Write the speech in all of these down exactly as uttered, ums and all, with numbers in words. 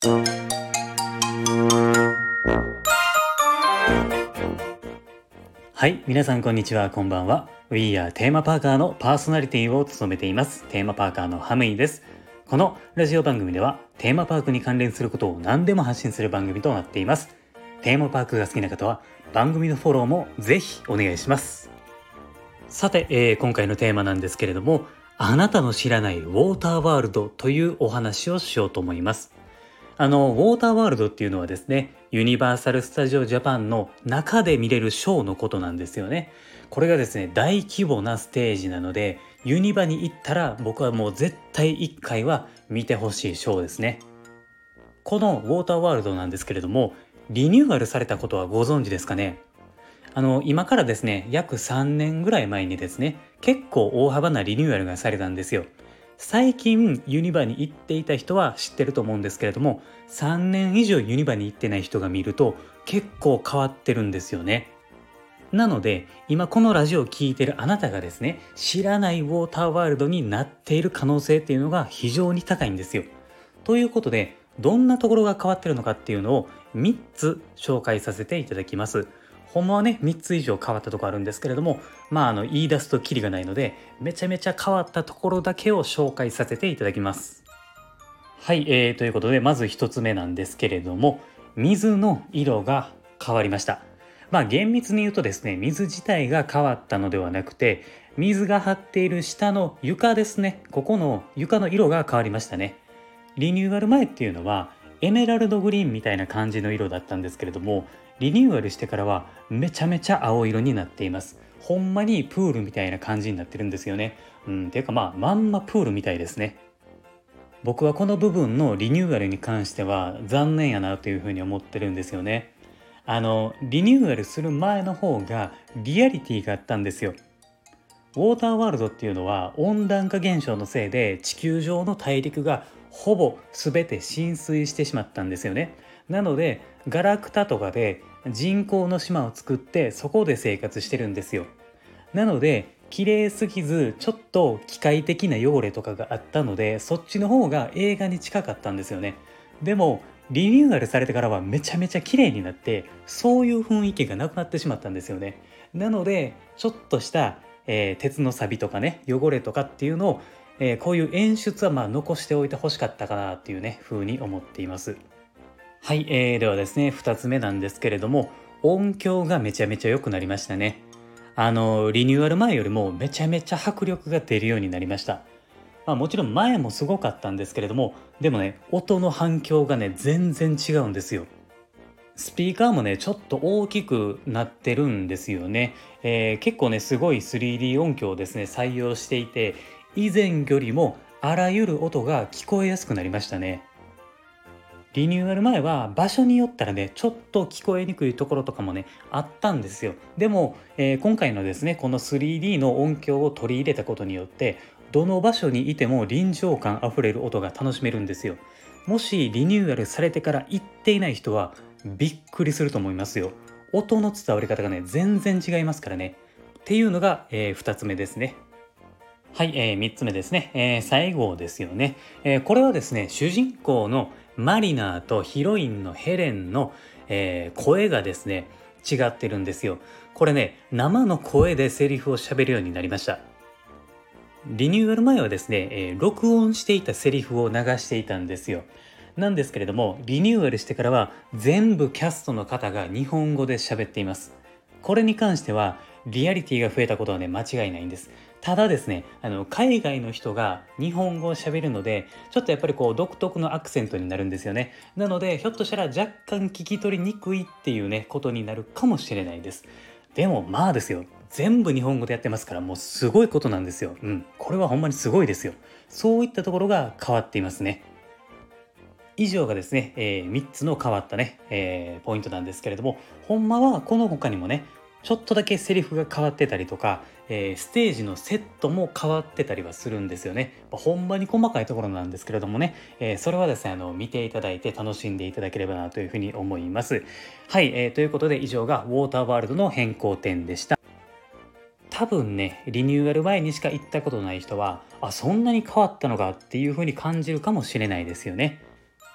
はい、皆さんこんにちは、こんばんは。 We are テーマパーカーのパーソナリティを務めていますテーマパーカーのハムイです。このラジオ番組ではテーマパークに関連することを何でも発信する番組となっています。テーマパークが好きな方は番組のフォローもぜひお願いします。さて、えー今回のテーマなんですけれども、あなたの知らないウォーターワールドというお話をしようと思います。あのウォーターワールドっていうのはですね、ユニバーサル・スタジオ・ジャパンの中で見れるショーのことなんですよね。これがですね、大規模なステージなので、ユニバに行ったら僕はもう絶対いっかいは見てほしいショーですね。このウォーターワールドなんですけれども、リニューアルされたことはご存知ですかね。あの今からですね、約さんねんぐらい前にですね、結構大幅なリニューアルがされたんですよ。最近ユニバに行っていた人は知ってると思うんですけれども、さんねん以上ユニバに行ってない人が見ると結構変わってるんですよね。なので今このラジオを聞いてるあなたがですね、知らないウォーターワールドになっている可能性っていうのが非常に高いんですよ。ということで、どんなところが変わってるのかっていうのをみっつ紹介させていただきます。ほんまはね、みっつ以上変わったところあるんですけれども、まああの言い出すとキリがないので、めちゃめちゃ変わったところだけを紹介させていただきます。はい、えー、ということでまずひとつめなんですけれども、水の色が変わりました。まあ厳密に言うとですね、水自体が変わったのではなくて、水が張っている下の床ですね、ここの床の色が変わりましたね。リニューアル前っていうのはエメラルドグリーンみたいな感じの色だったんですけれども、リニューアルしてからはめちゃめちゃ青色になっています。ほんまにプールみたいな感じになってるんですよね。うん、ていうかまあまんまプールみたいですね。僕はこの部分のリニューアルに関しては残念やなというふうに思ってるんですよね。あのリニューアルする前の方がリアリティがあったんですよ。ウォーターワールドっていうのは温暖化現象のせいで地球上の大陸がほぼ全て浸水してしまったんですよね。なのでガラクタとかで人工の島を作ってそこで生活してるんですよ。なので綺麗すぎずちょっと機械的な汚れとかがあったので、そっちの方が映画に近かったんですよね。でもリニューアルされてからはめちゃめちゃ綺麗になって、そういう雰囲気がなくなってしまったんですよね。なのでちょっとしたえー鉄の錆とかね、汚れとかっていうのを、えーこういう演出はまあ残しておいてほしかったかなっていうね風に思っています。はい、えー、ではですね、ふたつめなんですけれども、音響がめちゃめちゃ良くなりましたね。あのリニューアル前よりもめちゃめちゃ迫力が出るようになりました。まあ、もちろん前もすごかったんですけれども、でもね、音の反響がね全然違うんですよ。スピーカーもねちょっと大きくなってるんですよね。えー結構ねすごい スリーディー 音響をですね採用していて、以前よりもあらゆる音が聞こえやすくなりましたね。リニューアル前は場所によったらねちょっと聞こえにくいところとかもねあったんですよ。でも、えー今回のですねこの スリーディー の音響を取り入れたことによって、どの場所にいても臨場感あふれる音が楽しめるんですよ。もしリニューアルされてから行っていない人はびっくりすると思いますよ。音の伝わり方がね全然違いますからね。っていうのが、えふたつめですね。はい、えー、みっつめですね、えー最後ですよね。えーこれはですね、主人公のマリナーとヒロインのヘレンの、えー声がですね違ってるんですよ。これね、生の声でセリフを喋るようになりました。リニューアル前はですね、えー録音していたセリフを流していたんですよ。なんですけれども、リニューアルしてからは全部キャストの方が日本語で喋っています。これに関してはリアリティが増えたことはね間違いないんです。ただですね、あの海外の人が日本語を喋るので、ちょっとやっぱりこう独特のアクセントになるんですよね。なのでひょっとしたら若干聞き取りにくいっていうねことになるかもしれないです。でもまあですよ、全部日本語でやってますから、もうすごいことなんですよ。うん、これはほんまにすごいですよ。そういったところが変わっていますね。以上がですね、えーみっつの変わったね、えーポイントなんですけれども、ほんまはこの他にもね、ちょっとだけセリフが変わってたりとか、えーステージのセットも変わってたりはするんですよね。ほんまに細かいところなんですけれどもね、えーそれはですね、あの見ていただいて楽しんでいただければなというふうに思います。はい、えーということで以上がウォーターワールドの変更点でした。多分ね、リニューアル前にしか行ったことない人は、あ、そんなに変わったのかっていうふうに感じるかもしれないですよね。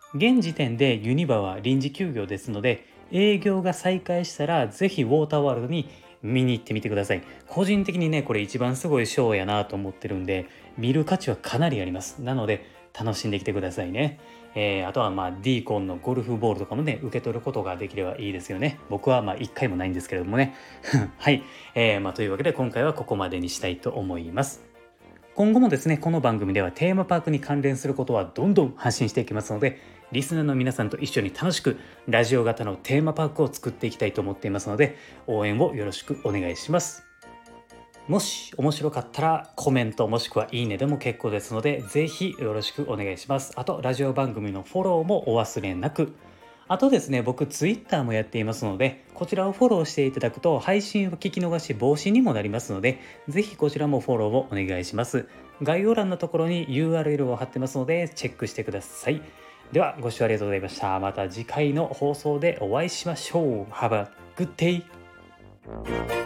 現時点でユニバは臨時休業ですので、営業が再開したらぜひウォーターワールドに見に行ってみてください。個人的にね、これ一番すごいショーやなと思ってるんで、見る価値はかなりあります。なので楽しんできてくださいね。えー、あとはまあ D コンのゴルフボールとかもね、受け取ることができればいいですよね。僕はまあいっかいもないんですけれどもね。はい、えーまあ、というわけで今回はここまでにしたいと思います。今後もですね、この番組ではテーマパークに関連することはどんどん発信していきますので、リスナーの皆さんと一緒に楽しくラジオ型のテーマパークを作っていきたいと思っていますので、応援をよろしくお願いします。もし面白かったらコメントもしくはいいねでも結構ですので、ぜひよろしくお願いします。あとラジオ番組のフォローもお忘れなく。あとですね、僕ツイッターもやっていますので、こちらをフォローしていただくと配信を聞き逃し防止にもなりますので、ぜひこちらもフォローをお願いします。概要欄のところに ユーアールエル を貼ってますのでチェックしてください。ではご視聴ありがとうございました。また次回の放送でお会いしましょう。Have a good day!